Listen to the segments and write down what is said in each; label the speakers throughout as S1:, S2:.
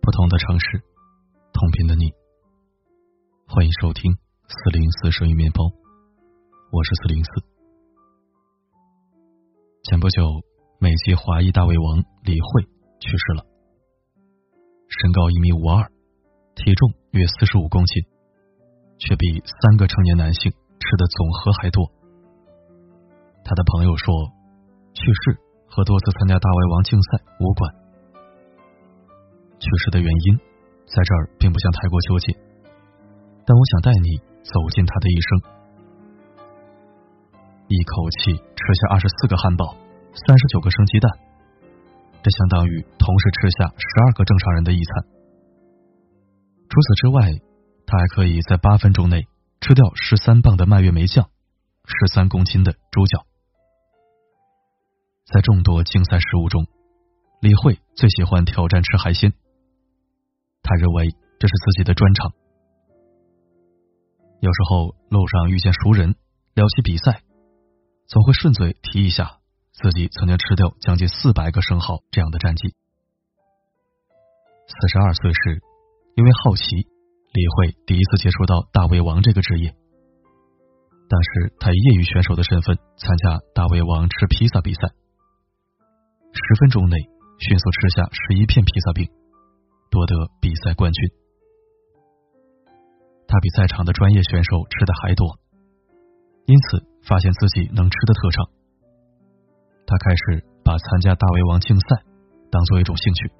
S1: 不同的城市，同频的你，欢迎收听404声音面包，我是404。前不久，美籍华裔大胃王李慧去世了，身高1.52米，体重约45公斤，却比3个成年男性吃的总和还多。他的朋友说，去世和多次参加大胃王竞赛无关。去世的原因在这儿并不想太过纠结，但我想带你走进他的一生。一口气吃下24个汉堡，39个生鸡蛋，这相当于同时吃下12个正常人的一餐。除此之外，他还可以在8分钟内吃掉13磅的蔓越莓酱，13公斤的猪脚。在众多竞赛食物中，李慧最喜欢挑战吃海鲜，他认为这是自己的专长。有时候路上遇见熟人聊起比赛，总会顺嘴提一下自己曾经吃掉将近400个生蚝这样的战绩。42岁时，因为好奇，李慧第一次接触到大胃王这个职业。当时他以业余选手的身份参加大胃王吃披萨比赛，10分钟内迅速吃下11片披萨饼，夺得比赛冠军。他比在场的专业选手吃的还多，因此发现自己能吃的特长。他开始把参加大胃王竞赛当做一种兴趣，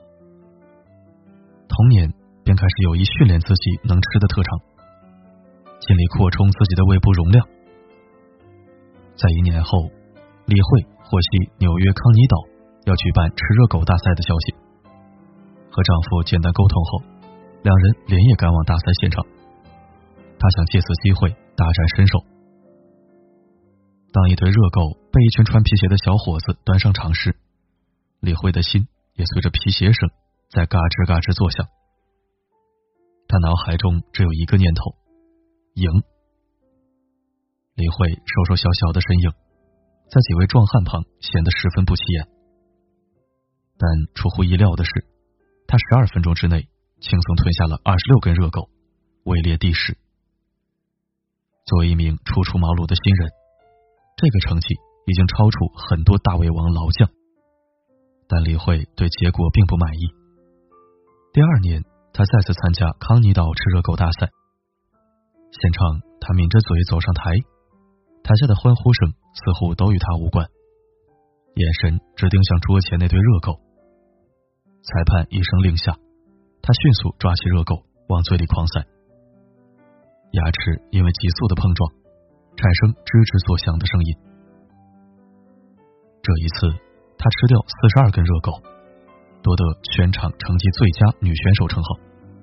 S1: 同年便开始有意训练自己能吃的特长，尽力扩充自己的胃部容量。在1年后，李慧获悉纽约康尼岛要举办吃热狗大赛的消息，和丈夫简单沟通后，两人连夜赶往大赛现场。她想借此机会大展身手。当一堆热狗被一群穿皮鞋的小伙子端上场时，李慧的心也随着皮鞋声在嘎吱嘎吱作响。她脑海中只有一个念头：赢。李慧瘦瘦小小的身影在几位壮汉旁显得十分不起眼，但出乎意料的是，他12分钟之内轻松吞下了26根热狗，位列第10。作为一名初出茅庐的新人，这个成绩已经超出很多大胃王老将，但李慧对结果并不满意。第2年，他再次参加康尼岛吃热狗大赛，现场他抿着嘴走上台，台下的欢呼声似乎都与他无关，眼神直盯向桌前那堆热狗。裁判一声令下，他迅速抓起热狗往嘴里狂塞，牙齿因为急速的碰撞产生吱吱作响的声音。这一次他吃掉42根热狗，夺得全场成绩最佳女选手称号。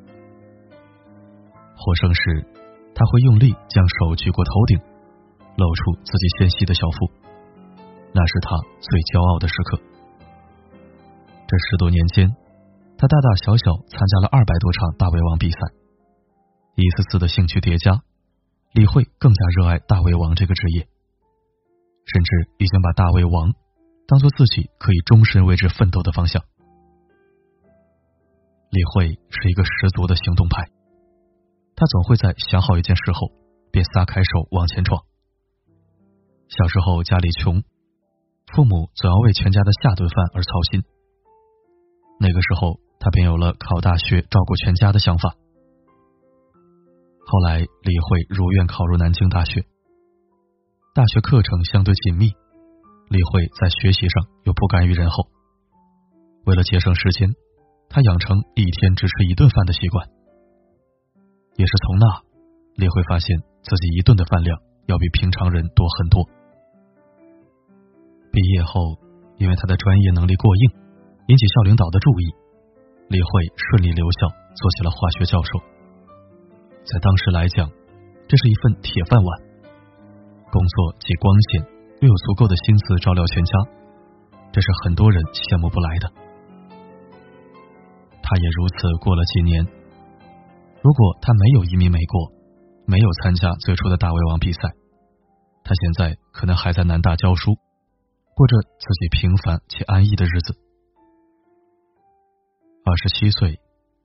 S1: 获胜时，他会用力将手举过头顶，露出自己纤细的小腹，那是他最骄傲的时刻。这10多年间，他大大小小参加了200多场大胃王比赛，一次次的兴趣叠加，李慧更加热爱大胃王这个职业，甚至已经把大胃王当作自己可以终身为之奋斗的方向。李慧是一个十足的行动派，他总会在想好一件事后便撒开手往前闯。小时候家里穷，父母总要为全家的下顿饭而操心，那个时候他便有了考大学照顾全家的想法。后来李慧如愿考入南京大学，大学课程相对紧密，李慧在学习上又不甘于人后，为了节省时间，他养成一天只吃1顿饭的习惯。也是从那，李慧发现自己1顿的饭量要比平常人多很多。毕业后，因为他的专业能力过硬，引起校领导的注意，李慧顺利留校做起了化学教授。在当时来讲，这是一份铁饭碗，工作既光鲜又有足够的心思照料全家，这是很多人羡慕不来的。他也如此过了几年。如果他没有移民美国，没有参加最初的大胃王比赛，他现在可能还在南大教书，过着自己平凡且安逸的日子。27岁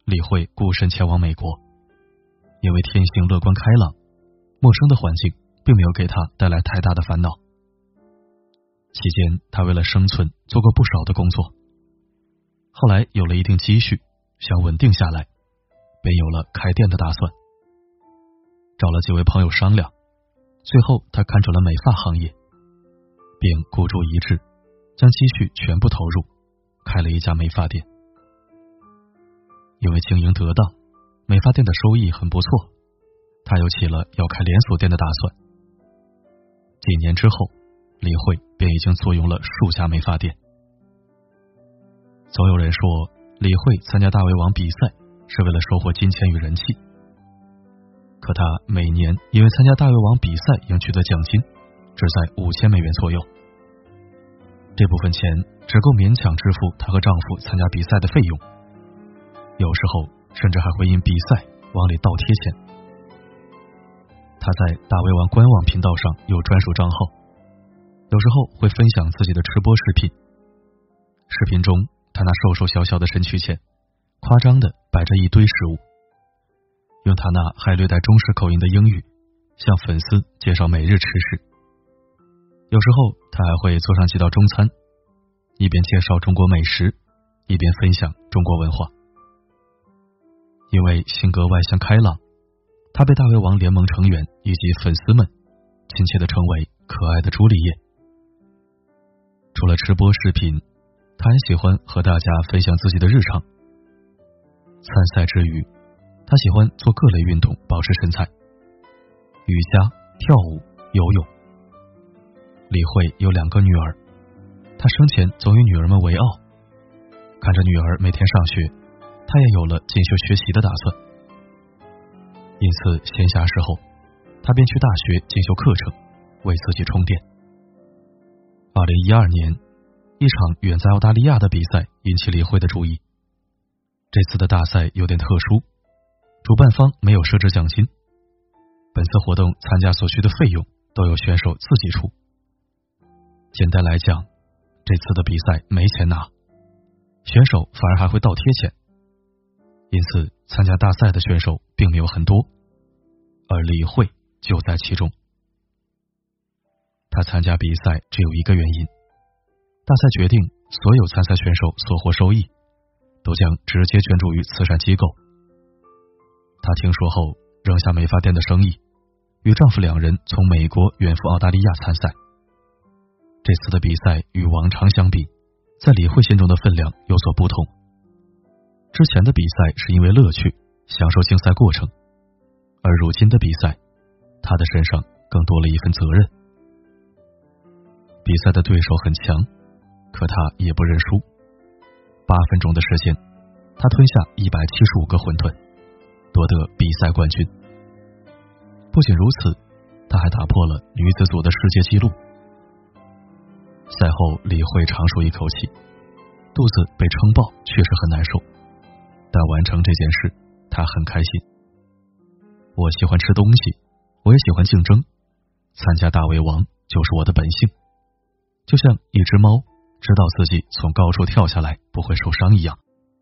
S1: 李慧孤身前往美国。因为天性乐观开朗，陌生的环境并没有给他带来太大的烦恼。期间他为了生存做过不少的工作，后来有了一定积蓄，想稳定下来，便有了开店的打算。找了几位朋友商量，最后他看准了美发行业，并孤注一掷，将积蓄全部投入，开了一家美发店。因为经营得当，美发店的收益很不错，他又起了要开连锁店的打算。几年之后，李慧便已经坐拥了数家美发店。总有人说，李慧参加大胃王比赛是为了收获金钱与人气，可他每年因为参加大胃王比赛应取得奖金只在5000美元左右，这部分钱只够勉强支付她和丈夫参加比赛的费用，有时候甚至还会因比赛往里倒贴钱。她在大胃王官网频道上有专属账号，有时候会分享自己的吃播视频。视频中，她拿瘦瘦小小的身躯前，夸张地摆着一堆食物，用她那还略带中式口音的英语向粉丝介绍每日吃食。有时候她还会做上几道中餐，一边介绍中国美食，一边分享中国文化。因为性格外向开朗，她被大胃王联盟成员以及粉丝们亲切地称为可爱的朱丽叶。除了吃播视频，她还喜欢和大家分享自己的日常。参赛之余，她喜欢做各类运动保持身材，瑜伽、跳舞、游泳。李慧有2个女儿，她生前总以女儿们为傲，看着女儿每天上学，她也有了进修学习的打算。因此闲暇时候，她便去大学进修课程，为自己充电。2012年，一场远在澳大利亚的比赛引起李慧的注意。这次的大赛有点特殊，主办方没有设置奖金，本次活动参加所需的费用都由选手自己出。简单来讲，这次的比赛没钱拿，选手反而还会倒贴钱，因此参加大赛的选手并没有很多，而李慧就在其中。他参加比赛只有一个原因，大赛决定所有参赛选手所获收益都将直接捐助于慈善机构。她听说后扔下美发店的生意，与丈夫2人从美国远赴澳大利亚参赛。这次的比赛与往常相比，在李慧心中的分量有所不同。之前的比赛是因为乐趣，享受竞赛过程，而如今的比赛，她的身上更多了一份责任。比赛的对手很强，可她也不认输。8分钟的时间，她吞下175个馄饨，夺得比赛冠军。不仅如此，她还打破了女子组的世界纪录。赛后，李慧长舒一口气，肚子被撑爆确实很难受，但完成这件事，她很开心。我喜欢吃东西，我也喜欢竞争，参加大胃王就是我的本性，就像一只猫知道自己从高处跳下来不会受伤一样。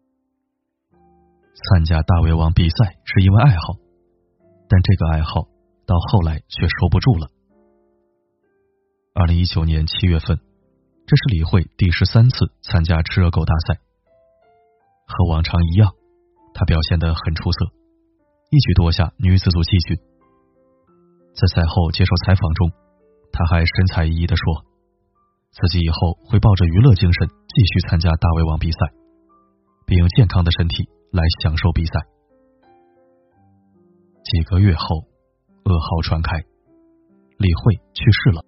S1: 参加大胃王比赛是因为爱好，但这个爱好到后来却收不住了。2019年7月份，这是李慧第13次参加吃热狗大赛。和往常一样，她表现得很出色，一举夺下女子组季军。在赛后接受采访中，她还神采奕奕地说，自己以后会抱着娱乐精神继续参加大胃王比赛，并用健康的身体来享受比赛。几个月后，噩耗传开，李慧去世了。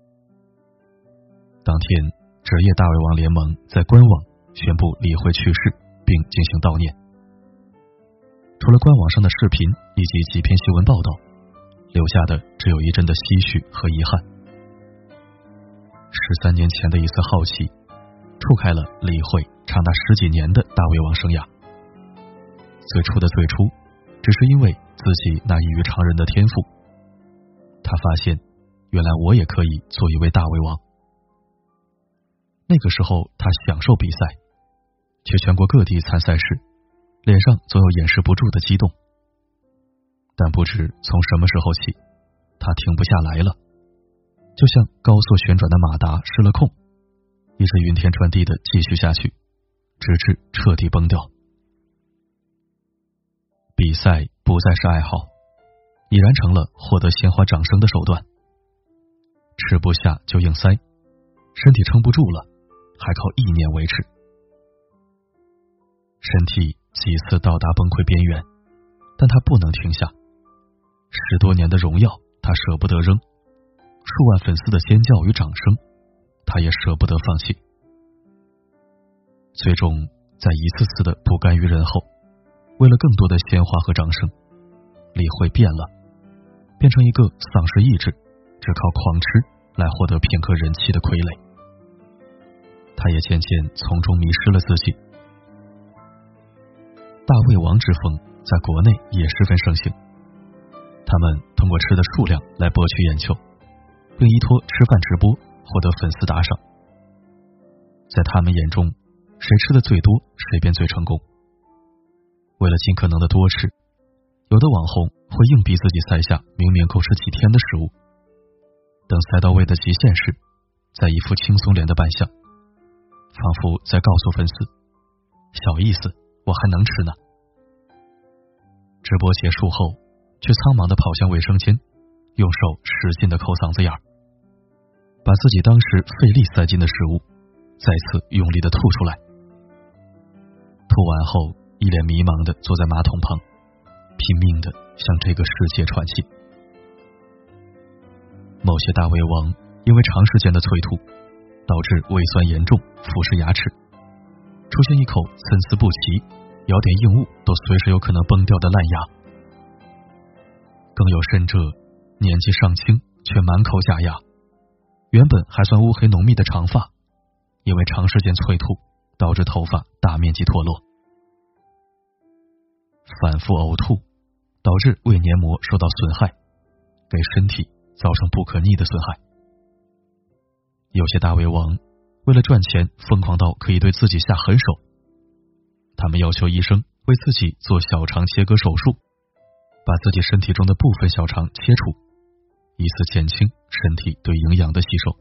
S1: 当天，职业大胃王联盟在官网宣布李慧去世，并进行悼念。除了官网上的视频以及几篇新闻报道，留下的只有一阵的唏嘘和遗憾。13年前的一次好奇，触开了李慧长达10几年的大胃王生涯。最初的最初，只是因为自己那异于常人的天赋，他发现原来我也可以做一位大胃王。那个时候他享受比赛，去全国各地参赛时， 脸上总有掩饰不住的激动。但不知从什么时候起，他停不下来了，就像高速旋转的马达失了控，一直云天转地的继续下去，直至彻底崩掉。比赛不再是爱好，已然成了获得鲜花掌声的手段。吃不下就硬塞，身体撑不住了，还靠意念维持。身体几次到达崩溃边缘，但他不能停下。10多年的荣耀，他舍不得扔；数万粉丝的尖叫与掌声，他也舍不得放弃。最终，在一次次的不甘于人后，为了更多的鲜花和掌声，李慧变了，变成一个丧失意志，只靠狂吃来获得片刻人气的傀儡。他也渐渐从中迷失了自己。大胃王之风在国内也十分盛行，他们通过吃的数量来博取眼球，并依托吃饭直播获得粉丝打赏。在他们眼中，谁吃的最多，谁便最成功。为了尽可能的多吃，有的网红会硬逼自己塞下明明够吃几天的食物，等塞到胃的极限时，再一副轻松脸的扮相，仿佛在告诉粉丝，小意思，我还能吃呢。直播结束后，却苍忙地跑向卫生间，用手使劲地抠嗓子眼儿，把自己当时费力塞进的食物再次用力地吐出来。吐完后，一脸迷茫地坐在马桶旁，拼命地向这个世界喘气。某些大胃王因为长时间的催吐，导致胃酸严重，腐蚀牙齿，出现一口参差不齐，咬点硬物都随时有可能崩掉的烂牙。更有甚者，年纪尚轻却满口假牙，原本还算乌黑浓密的长发，因为长时间催吐导致头发大面积脱落。反复呕吐导致胃黏膜受到损害，给身体造成不可逆的损害。有些大胃王为了赚钱疯狂到可以对自己下狠手，他们要求医生为自己做小肠切割手术，把自己身体中的部分小肠切除，以此减轻身体对营养的吸收。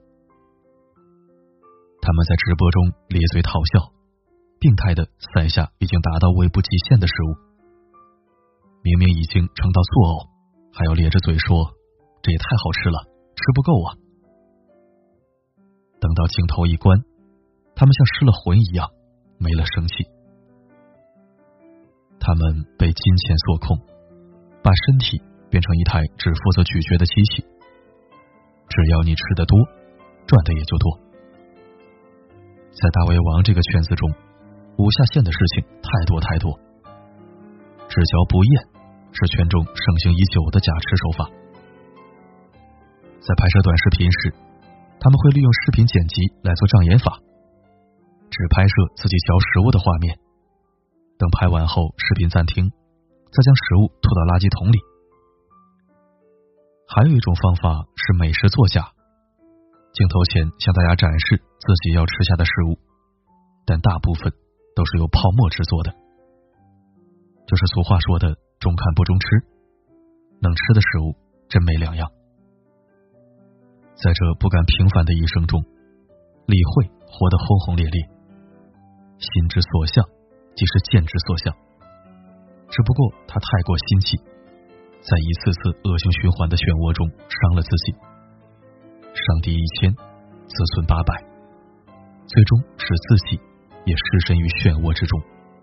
S1: 他们在直播中咧嘴讨笑，病态地塞下已经达到胃部极限的食物。明明已经撑到作呕，还要咧着嘴说，这也太好吃了，吃不够啊。等到镜头一关，他们像失了魂一样，没了生气。他们被金钱所控，把身体变成一台只负责咀嚼的机器，只要你吃得多，赚的也就多。在大胃王这个圈子中，无下限的事情太多太多，只嚼不咽是圈中盛行已久的假吃手法。在拍摄短视频时，他们会利用视频剪辑来做障眼法，只拍摄自己嚼食物的画面，等拍完后视频暂停，再将食物吐到垃圾桶里。还有一种方法是美食作假，镜头前向大家展示自己要吃下的食物，但大部分都是由泡沫制作的，就是俗话说的中看不中吃，能吃的食物真没两样。在这不甘平凡的一生中，李慧活得轰轰烈烈，心之所向即是剑之所向，只不过他太过心气，在一次次恶性循环的漩涡中伤了自己，伤敌1000，自损800，最终使自己也失身于漩涡之中。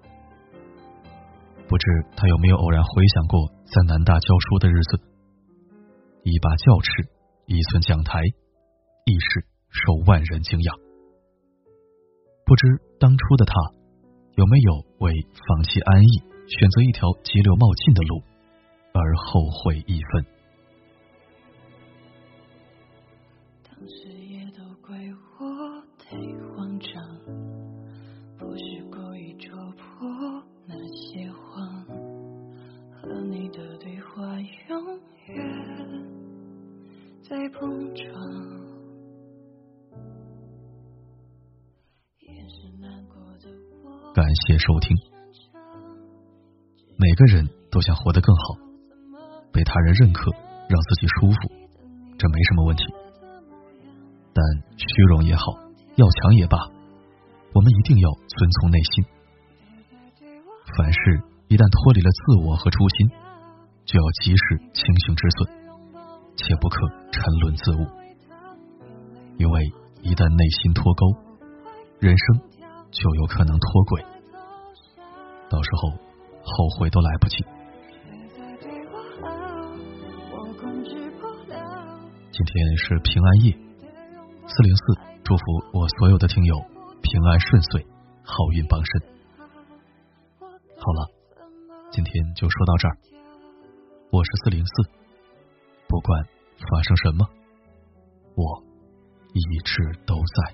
S1: 不知他有没有偶然回想过在南大教书的日子，一把教尺，一寸讲台，亦是受万人敬仰。不知当初的他有没有为放弃安逸，选择一条急流冒进的路而后悔一分。
S2: 当时也都怪我太慌张，不是故意戳破那些谎，和你的对话永远在碰撞，
S1: 感谢收听。 每个人都想活得更好，被他人认可，让自己舒服，这没什么问题。但虚荣也好，要强也罢，我们一定要遵从内心。凡事一旦脱离了自我和初心，就要及时清醒止损，且不可沉沦自误。因为一旦内心脱钩，人生就有可能脱轨，到时候后悔都来不及。今天是平安夜，404祝福我所有的听友平安顺遂，好运傍身。好了，今天就说到这儿。我是404，不管发生什么，我一直都在。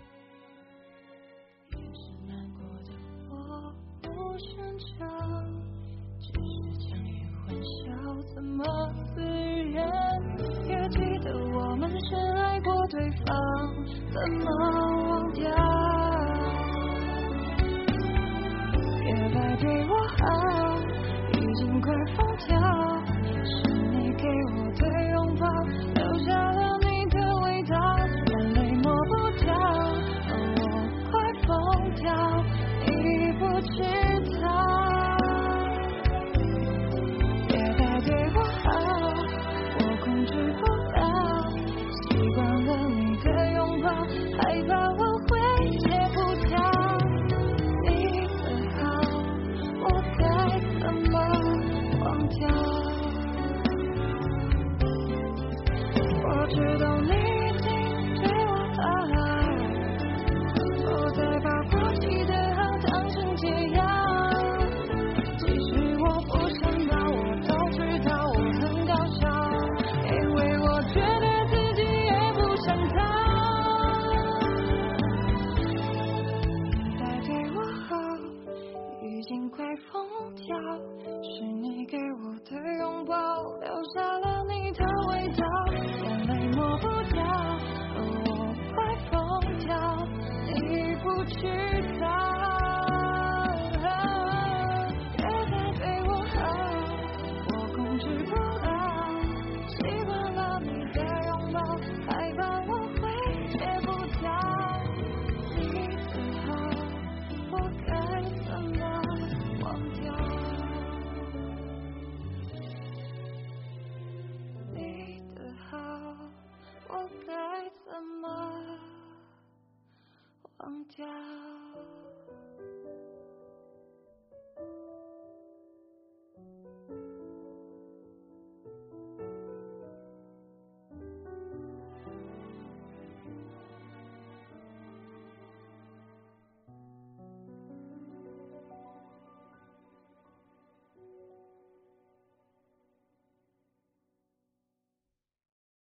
S2: 怎么自认？也记得我们深爱过对方，怎么忘掉？别再对我好，已经快疯掉。是你给我的拥抱，留下了你的味道，眼泪抹不掉，我快疯掉，你不知道。害怕我会戒不掉你的好，我该怎么忘掉？我知道你已经对我好，不再把过去的好当成解药。其实我不想到，我都知道我很搞笑，因为我觉得自己也不想逃。已经快疯掉，是你给我的拥抱，留下了你的味道，眼泪抹不掉，我快疯掉，你不知道。别再对我好，我控制不了，习惯了你的拥抱，害怕我会戒不掉你的好，我该怎么忘掉？你的好，我该怎么忘掉？